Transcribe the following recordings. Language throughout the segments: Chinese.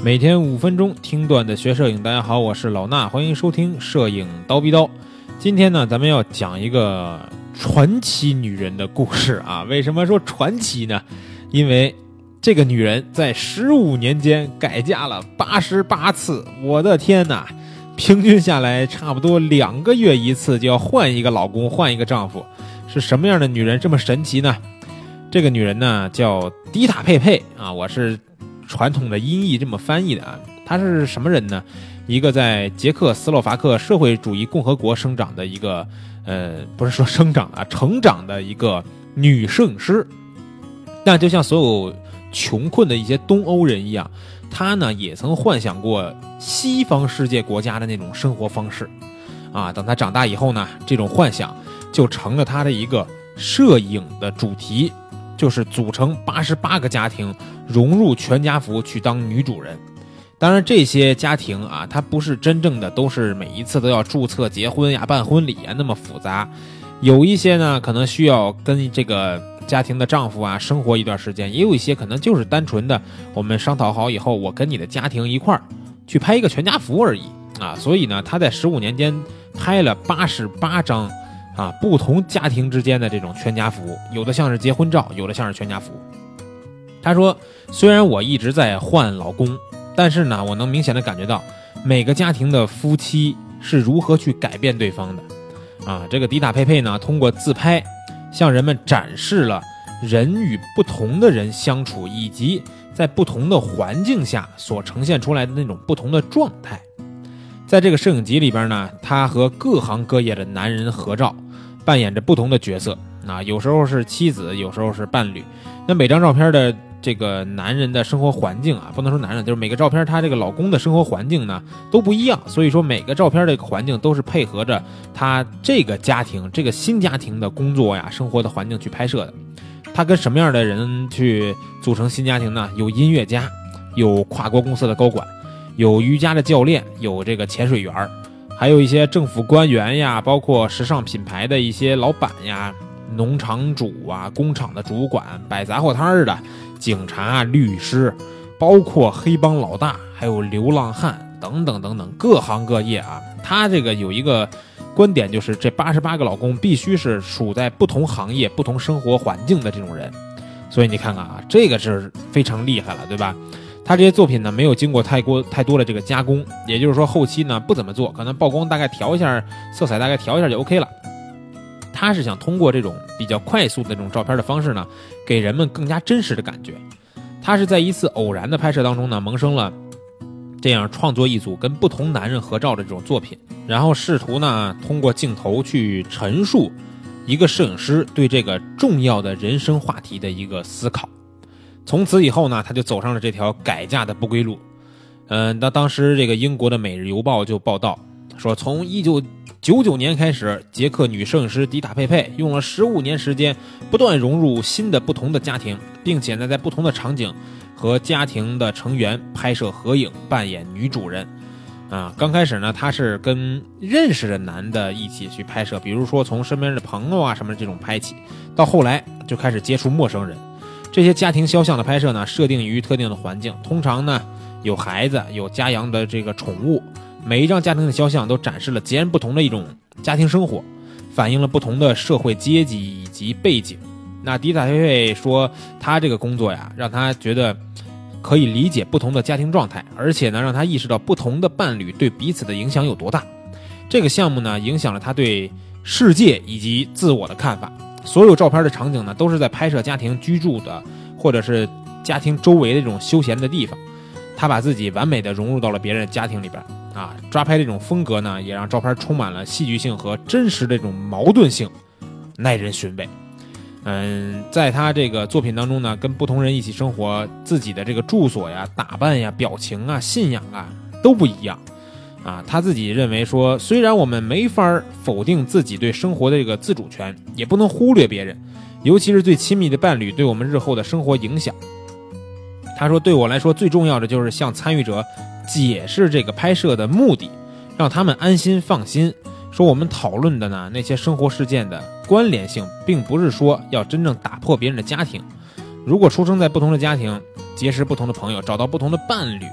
每天5分钟听段的学摄影。大家好，我是老衲，欢迎收听摄影刀逼刀。今天呢，咱们要讲一个传奇女人的故事啊。为什么说传奇呢？因为这个女人在15年间改嫁了88次，我的天哪！平均下来差不多2个月一次就要换一个老公，换一个丈夫。是什么样的女人这么神奇呢？这个女人呢叫迪塔佩佩啊，我是传统的音译这么翻译的啊。她是什么人呢？一个在捷克斯洛伐克社会主义共和国生长的一个不是说生长啊，成长的一个女摄影师。但就像所有穷困的一些东欧人一样，她呢也曾幻想过西方世界国家的那种生活方式啊。等她长大以后呢，这种幻想就成了她的一个摄影的主题，就是组成88个家庭，融入全家福去当女主人。当然这些家庭啊，它不是真正的都是每一次都要注册结婚呀、办婚礼呀那么复杂，有一些呢可能需要跟这个家庭的丈夫啊生活一段时间，也有一些可能就是单纯的我们商讨好以后，我跟你的家庭一块儿去拍一个全家福而已啊。所以呢，他在15年间拍了88张啊不同家庭之间的这种全家福，有的像是结婚照，有的像是全家福。他说，虽然我一直在换老公，但是呢，我能明显的感觉到每个家庭的夫妻是如何去改变对方的啊。这个迪塔佩佩呢，通过自拍向人们展示了人与不同的人相处，以及在不同的环境下所呈现出来的那种不同的状态。在这个摄影集里边呢，他和各行各业的男人合照，扮演着不同的角色啊，有时候是妻子，有时候是伴侣。那每张照片的这个男人的生活环境啊，不能说男人，就是每个照片他这个老公的生活环境呢都不一样，所以说每个照片这个环境都是配合着他这个家庭这个新家庭的工作呀生活的环境去拍摄的。他跟什么样的人去组成新家庭呢？有音乐家，有跨国公司的高管，有瑜伽的教练，有这个潜水员，还有一些政府官员呀，包括时尚品牌的一些老板呀，农场主啊，工厂的主管，摆杂货摊的警察、律师，包括黑帮老大，还有流浪汉等等等等，各行各业啊。他这个有一个观点，就是这88个老公必须是处在不同行业、不同生活环境的这种人。所以你看看啊，这个是非常厉害了，对吧？他这些作品呢，没有经过太多的这个加工，也就是说后期呢不怎么做，可能曝光大概调一下，色彩大概调一下就 OK 了。他是想通过这种比较快速的这种照片的方式呢，给人们更加真实的感觉。他是在一次偶然的拍摄当中呢，萌生了这样创作一组跟不同男人合照的这种作品，然后试图呢通过镜头去陈述一个摄影师对这个重要的人生话题的一个思考。从此以后呢，他就走上了这条改嫁的不归路。那当时这个英国的《每日邮报》就报道说，从1999年开始，捷克女摄影师迪塔佩佩用了15年时间，不断融入新的不同的家庭，并且呢，在不同的场景和家庭的成员拍摄合影，扮演女主人。啊，刚开始呢，她是跟认识的男的一起去拍摄，比如说从身边的朋友啊什么这种拍起，到后来就开始接触陌生人。这些家庭肖像的拍摄呢，设定于特定的环境，通常呢有孩子，有家养的这个宠物。每一张家庭的肖像都展示了截然不同的一种家庭生活，反映了不同的社会阶级以及背景。那迪塔佩佩说，他这个工作呀，让他觉得可以理解不同的家庭状态，而且呢，让他意识到不同的伴侣对彼此的影响有多大。这个项目呢，影响了他对世界以及自我的看法。所有照片的场景呢，都是在拍摄家庭居住的，或者是家庭周围的这种休闲的地方。他把自己完美的融入到了别人的家庭里边啊，抓拍这种风格呢，也让照片充满了戏剧性和真实的这种矛盾性，耐人寻味。在他这个作品当中呢，跟不同人一起生活，自己的这个住所呀、打扮呀、表情啊、信仰啊都不一样啊。他自己认为说，虽然我们没法否定自己对生活的这个自主权，也不能忽略别人，尤其是最亲密的伴侣对我们日后的生活影响。他说，对我来说最重要的就是向参与者解释这个拍摄的目的，让他们安心放心。说我们讨论的呢，那些生活事件的关联性，并不是说要真正打破别人的家庭。如果出生在不同的家庭，结识不同的朋友，找到不同的伴侣，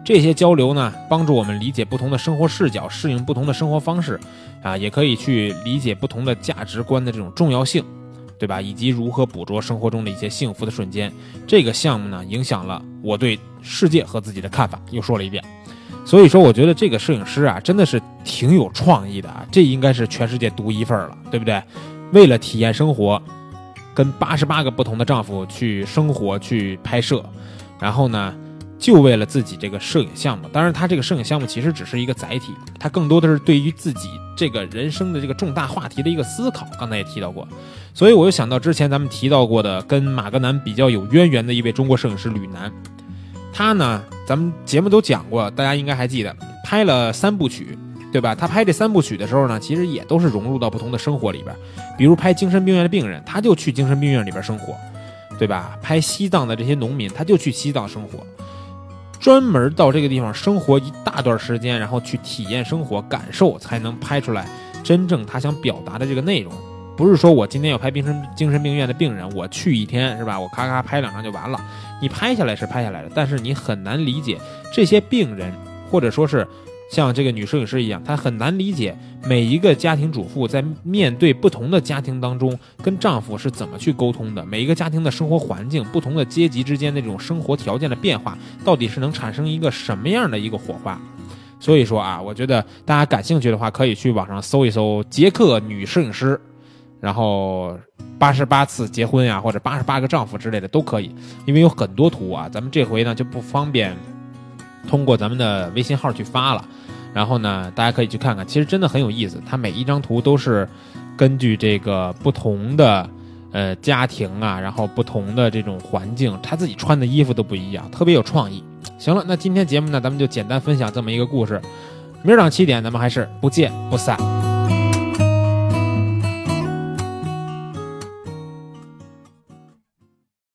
这些交流呢，帮助我们理解不同的生活视角，适应不同的生活方式啊，也可以去理解不同的价值观的这种重要性，对吧？以及如何捕捉生活中的一些幸福的瞬间。这个项目呢，影响了我对世界和自己的看法，又说了一遍。所以说我觉得这个摄影师啊，真的是挺有创意的啊，这应该是全世界独一份了，对不对？为了体验生活，跟88个不同的丈夫去生活去拍摄，然后呢就为了自己这个摄影项目。当然他这个摄影项目其实只是一个载体，他更多的是对于自己这个人生的这个重大话题的一个思考，刚才也提到过。所以我又想到之前咱们提到过的跟马格南比较有渊源的一位中国摄影师吕楠，他呢咱们节目都讲过，大家应该还记得，拍了3部曲，对吧？他拍这3部曲的时候呢，其实也都是融入到不同的生活里边，比如拍精神病院的病人，他就去精神病院里边生活，对吧？拍西藏的这些农民，他就去西藏生活，专门到这个地方生活一大段时间，然后去体验生活感受，才能拍出来真正他想表达的这个内容。不是说我今天要拍精神病院的病人，我去1天是吧，我咔咔拍2张就完了。你拍下来是拍下来的，但是你很难理解这些病人，或者说是像这个女摄影师一样，她很难理解每一个家庭主妇在面对不同的家庭当中跟丈夫是怎么去沟通的，每一个家庭的生活环境，不同的阶级之间的这种生活条件的变化，到底是能产生一个什么样的一个火花。所以说啊，我觉得大家感兴趣的话，可以去网上搜一搜捷克女摄影师，然后88次结婚呀，或者88个丈夫之类的都可以，因为有很多图啊，咱们这回呢就不方便通过咱们的微信号去发了。然后呢，大家可以去看看，其实真的很有意思。它每一张图都是根据这个不同的家庭啊，然后不同的这种环境，他自己穿的衣服都不一样，特别有创意。行了，那今天节目呢，咱们就简单分享这么一个故事。明儿早上7点，咱们还是不见不散。